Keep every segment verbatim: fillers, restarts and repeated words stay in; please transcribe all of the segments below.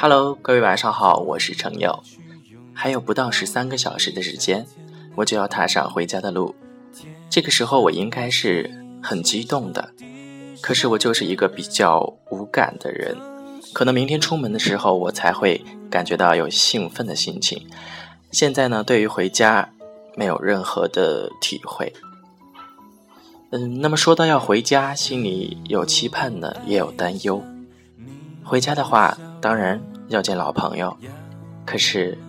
Hello， 各位晚上好，我是程友。还有不到十三个小时的时间，我就要踏上回家的路。这个时候我应该是很激动的，可是我就是一个比较无感的人，可能明天出门的时候我才会感觉到有兴奋的心情。现在呢，对于回家没有任何的体会。嗯，那么说到要回家，心里有期盼呢，也有担忧。回家的话，当然要见老朋友，可是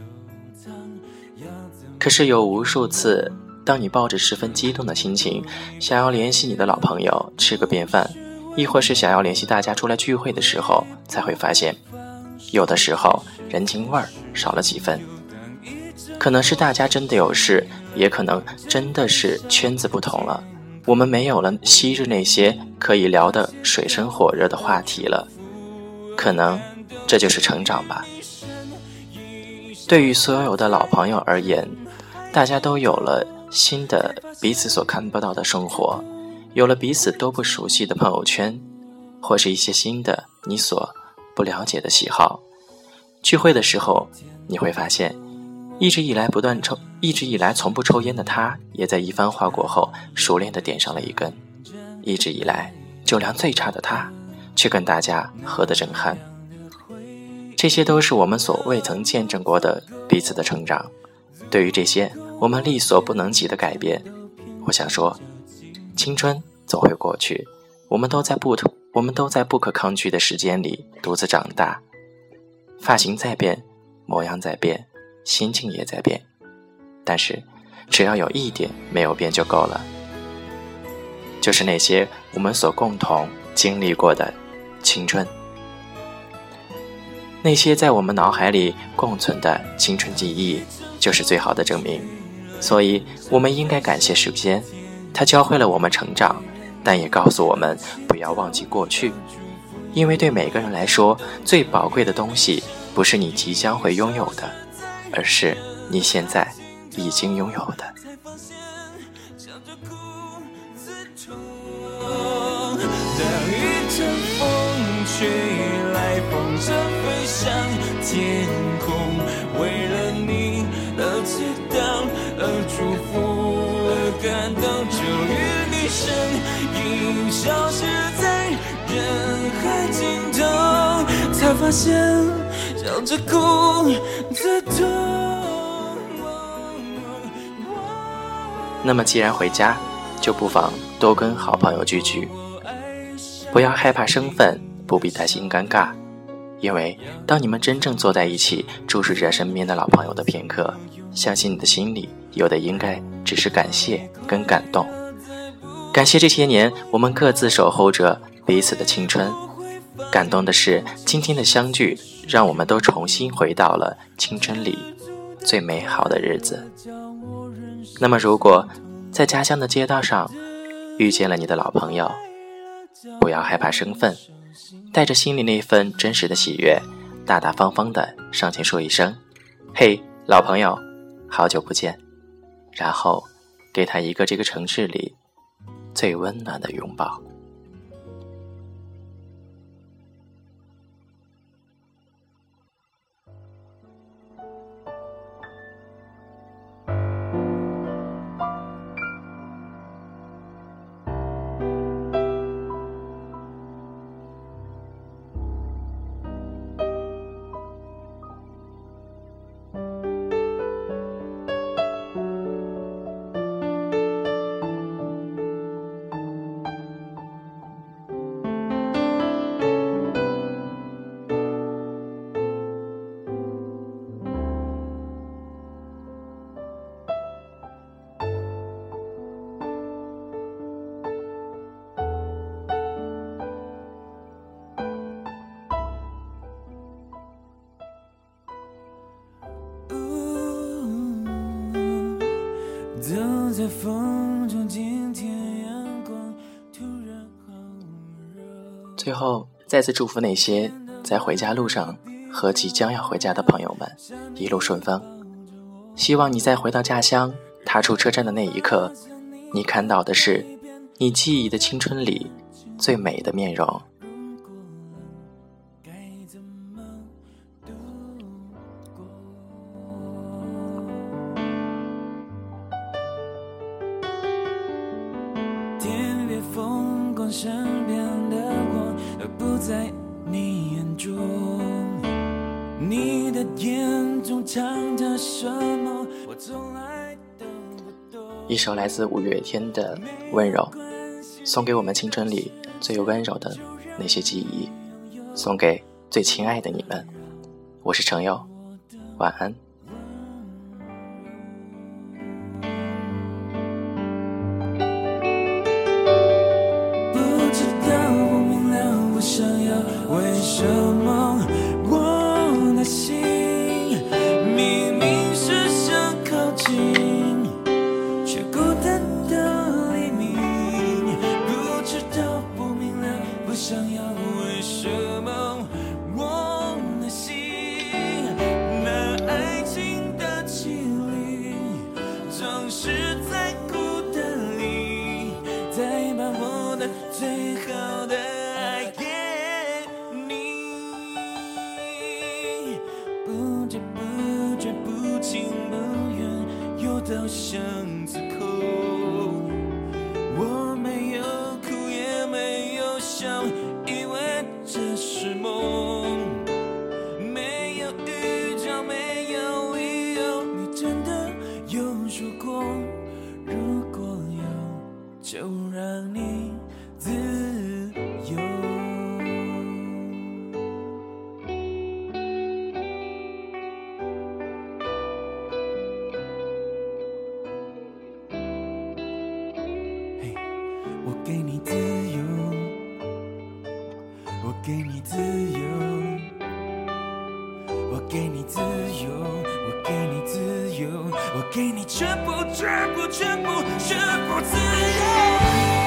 可是有无数次，当你抱着十分激动的心情，想要联系你的老朋友吃个便饭，亦或是想要联系大家出来聚会的时候，才会发现，有的时候人情味儿少了几分。可能是大家真的有事，也可能真的是圈子不同了，我们没有了昔日那些可以聊得水深火热的话题了。可能这就是成长吧。对于所有的老朋友而言，大家都有了新的彼此所看不到的生活，有了彼此都不熟悉的朋友圈，或是一些新的你所不了解的喜好。聚会的时候，你会发现一直以来不断抽一直以来从不抽烟的他，也在一番话过后熟练地点上了一根。一直以来酒量最差的他，却跟大家喝得正酣。这些都是我们所未曾见证过的彼此的成长。对于这些我们力所不能及的改变，我想说，青春总会过去，我们都在不我们都在不可抗拒的时间里独自长大。发型在变，模样在变，心境也在变，但是只要有一点没有变就够了，就是那些我们所共同经历过的青春，那些在我们脑海里共存的青春记忆，就是最好的证明。所以我们应该感谢时间，它教会了我们成长，但也告诉我们不要忘记过去。因为对每个人来说，最宝贵的东西不是你即将会拥有的，而是你现在已经拥有的。 吹来风筝飞向天空，为了你而祈祷，而祝福，而感动，终于你身影消失在人海尽头，才发现笑着哭的痛。 那么既然回家，就不妨多跟好朋友聚聚，不要害怕生分，不必担心尴尬，因为当你们真正坐在一起，注视着身边的老朋友的片刻，相信你的心里有的应该只是感谢跟感动。感谢这些年我们各自守候着彼此的青春，感动的是今天的相聚，让我们都重新回到了青春里最美好的日子。那么如果在家乡的街道上遇见了你的老朋友，不要害怕生分，带着心里那份真实的喜悦，大大方方地上前说一声，嘿，老朋友，好久不见，然后给他一个这个城市里最温暖的拥抱。 走在风中，今天阳光突然好热。 最后再次祝福那些在回家路上和即将要回家的朋友们一路顺风。希望你在回到家乡踏出车站的那一刻，你看到的是你记忆的青春里最美的面容。 身边的我都不在你眼中，你的眼中藏着什么，我从来都不懂。 一首来自五月天的温柔，送给我们青春里最温柔的那些记忆，送给最亲爱的你们。我是程佑，晚安。 不知道不明了，不想要，为什么我的心明明是想靠近，却孤单的黎明。不知道不明了，不想要，为什么我的心那爱情的绮丽，总是在孤单里，再把我的最好的爱给你。不知不觉，不情不愿，又到巷子口，我没有哭也没有笑，以为这是梦，没有预兆，没有理由。你真的有说过，如果有，就让你自由。嘿，我给你自由，我给你自由，我给你自由，我给你自由，我给你全部全部全部全部自由。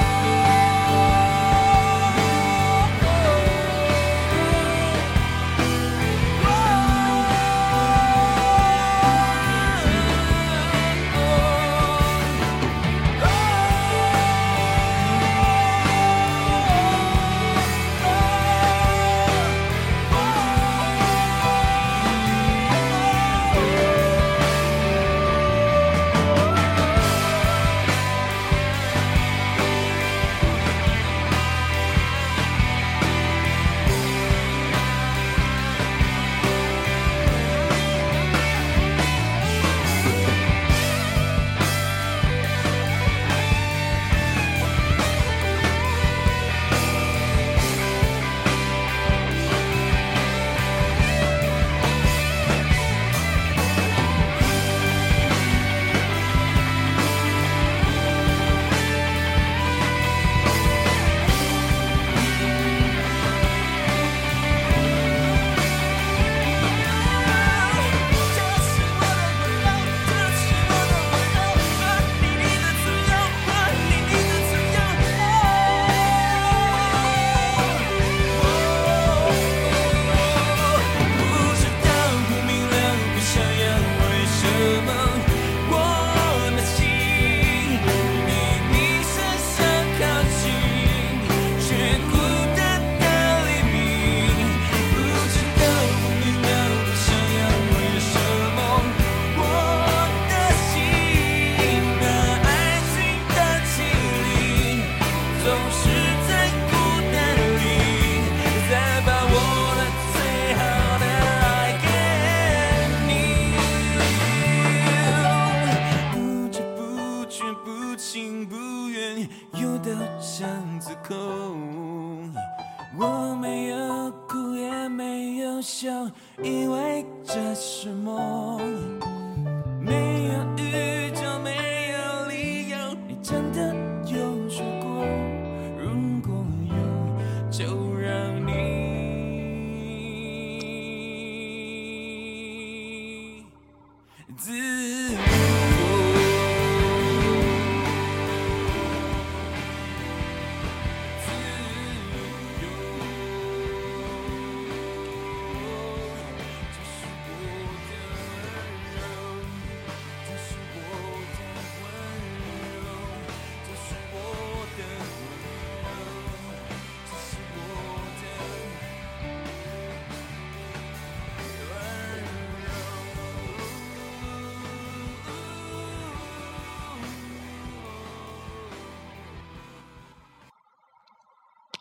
我没有哭也没有笑，因为这是梦，没有预兆，没有理由。你真的有说过，如果有，就让你自